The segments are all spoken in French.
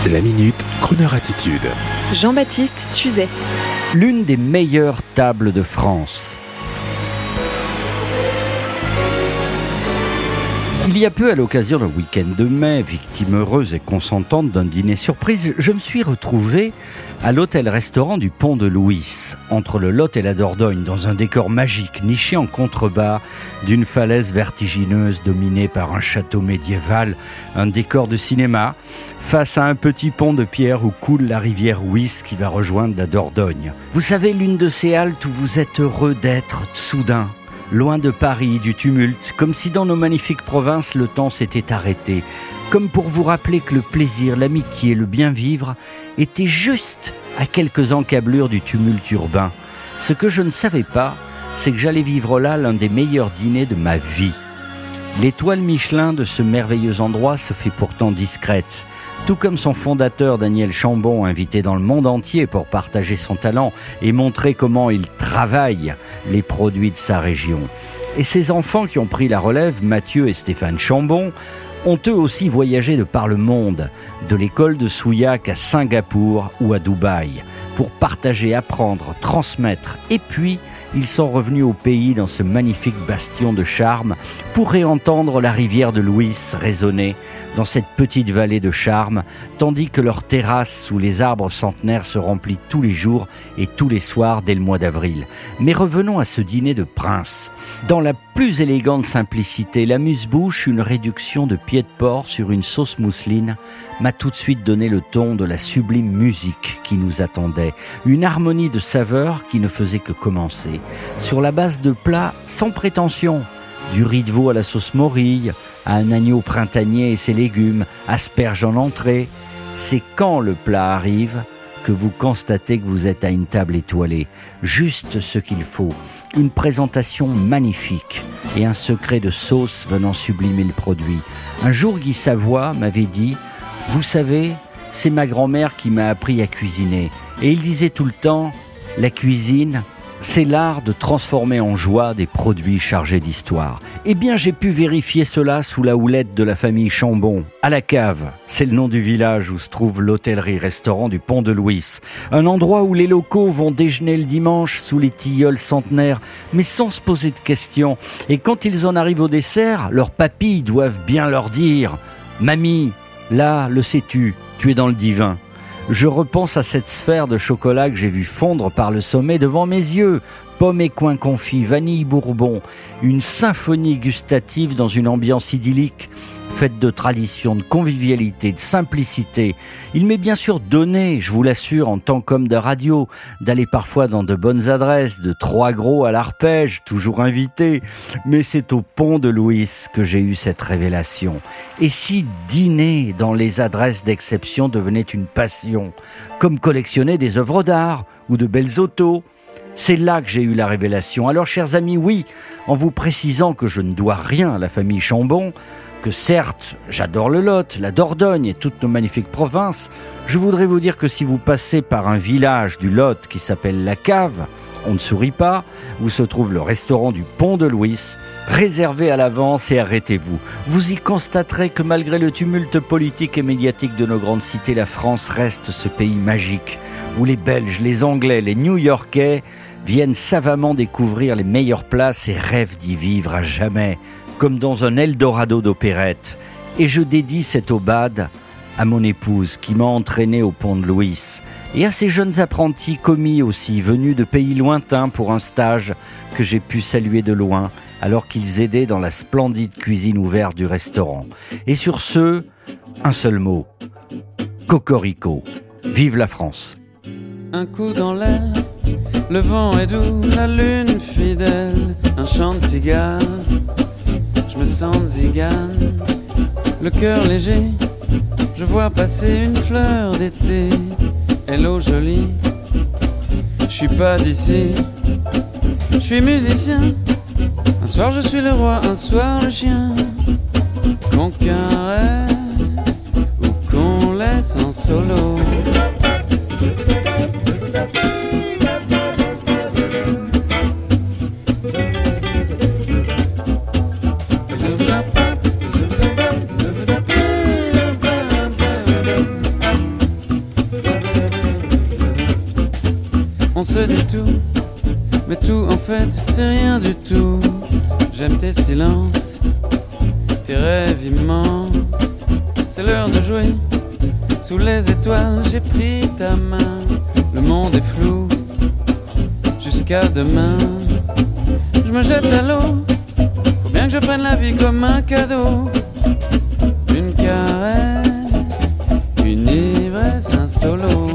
La Minute, Kroneur Attitude. Jean-Baptiste Tuzet. L'une des meilleures tables de France. Il y a peu, à l'occasion d'un week-end de mai, victime heureuse et consentante d'un dîner surprise, je me suis retrouvé à l'hôtel-restaurant du Pont de Louis, entre le Lot et la Dordogne, dans un décor magique niché en contrebas d'une falaise vertigineuse dominée par un château médiéval, un décor de cinéma, face à un petit pont de pierre où coule la rivière Ouiss qui va rejoindre la Dordogne. Vous savez, l'une de ces haltes où vous êtes heureux d'être soudain, loin de Paris, du tumulte, comme si dans nos magnifiques provinces le temps s'était arrêté, comme pour vous rappeler que le plaisir, l'amitié, le bien-vivre étaient juste à quelques encablures du tumulte urbain. Ce que je ne savais pas, c'est que j'allais vivre là l'un des meilleurs dîners de ma vie. L'étoile Michelin de ce merveilleux endroit se fait pourtant discrète. Tout comme son fondateur Daniel Chambon, invité dans le monde entier pour partager son talent et montrer comment il travaille les produits de sa région. Et ses enfants qui ont pris la relève, Mathieu et Stéphane Chambon, ont eux aussi voyagé de par le monde, de l'école de Souillac à Singapour ou à Dubaï, pour partager, apprendre, transmettre. Et puis, ils sont revenus au pays dans ce magnifique bastion de charme pour réentendre la rivière de Louis résonner dans cette petite vallée de charme, tandis que leur terrasse sous les arbres centenaires se remplit tous les jours et tous les soirs dès le mois d'avril. Mais revenons à ce dîner de prince. Dans la plus élégante simplicité, l'amuse-bouche, une réduction de pied de porc sur une sauce mousseline, m'a tout de suite donné le ton de la sublime musique qui nous attendait. Une harmonie de saveurs qui ne faisait que commencer. Sur la base de plats sans prétention, du riz de veau à la sauce morille, à un agneau printanier et ses légumes, asperges en entrée. C'est quand le plat arrive que vous constatez que vous êtes à une table étoilée. Juste ce qu'il faut. Une présentation magnifique et un secret de sauce venant sublimer le produit. Un jour, Guy Savoie m'avait dit « Vous savez, c'est ma grand-mère qui m'a appris à cuisiner. » Et il disait tout le temps « La cuisine, c'est l'art de transformer en joie des produits chargés d'histoire. » Eh bien, j'ai pu vérifier cela sous la houlette de la famille Chambon, à la Cave. C'est le nom du village où se trouve l'hôtellerie-restaurant du Pont de Louis. Un endroit où les locaux vont déjeuner le dimanche sous les tilleuls centenaires, mais sans se poser de questions. Et quand ils en arrivent au dessert, leurs papilles doivent bien leur dire « Mamie, là, le sais-tu, tu es dans le divin. » Je repense à cette sphère de chocolat que j'ai vu fondre par le sommet devant mes yeux. Pommes et coins confits, vanille bourbon, une symphonie gustative dans une ambiance idyllique, faite de tradition, de convivialité, de simplicité. Il m'est bien sûr donné, je vous l'assure, en tant qu'homme de radio, d'aller parfois dans de bonnes adresses, de Trois Gros à l'Arpège, toujours invité. Mais c'est au Pont de Louis que j'ai eu cette révélation. Et si dîner dans les adresses d'exception devenait une passion, comme collectionner des œuvres d'art ou de belles autos, c'est là que j'ai eu la révélation. Alors, chers amis, oui, en vous précisant que je ne dois rien à la famille Chambon, que certes, j'adore le Lot, la Dordogne et toutes nos magnifiques provinces, je voudrais vous dire que si vous passez par un village du Lot qui s'appelle la Cave, on ne sourit pas, où se trouve le restaurant du Pont de Louis, réservez à l'avance et arrêtez-vous. Vous y constaterez que malgré le tumulte politique et médiatique de nos grandes cités, la France reste ce pays magique, où les Belges, les Anglais, les New-Yorkais viennent savamment découvrir les meilleures places et rêvent d'y vivre à jamais, comme dans un Eldorado d'opérette. Et je dédie cette aubade à mon épouse qui m'a entraîné au Pont de Louis, et à ces jeunes apprentis commis aussi, venus de pays lointains pour un stage que j'ai pu saluer de loin, alors qu'ils aidaient dans la splendide cuisine ouverte du restaurant. Et sur ce, un seul mot, cocorico. Vive la France. Un coup dans l'aile, le vent est doux, la lune fidèle, un chant de cigare, je me sens zigane, le cœur léger, je vois passer une fleur d'été, hello jolie, je suis pas d'ici, je suis musicien, un soir je suis le roi, un soir le chien, qu'on caresse ou qu'on laisse en solo. se dit tout, mais tout en fait c'est rien du tout. J'aime tes silences, tes rêves immenses. C'est l'heure de jouer sous les étoiles, j'ai pris ta main. Le monde est flou jusqu'à demain. Je me jette à l'eau, faut bien que je prenne la vie comme un cadeau. Une caresse, une ivresse, un solo.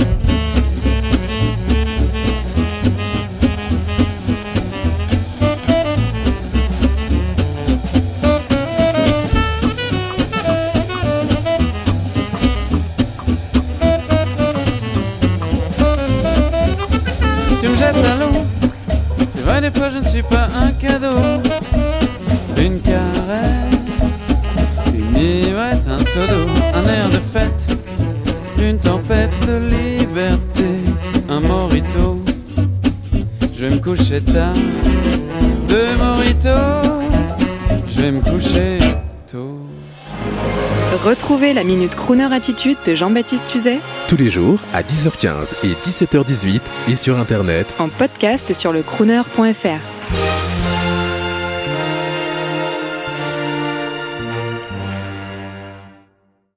Tu me jettes à l'eau, c'est vrai des fois je ne suis pas un cadeau. Une caresse, une ivresse, un seau d'eau, un air de fête, une tempête de liberté, un mojito. Je vais me coucher tard, deux mojitos, je vais me coucher tôt. Retrouvez la Minute Crooner Attitude de Jean-Baptiste Tuzet Tous les jours à 10h15 et 17h18 et sur Internet en podcast sur le crooner.fr.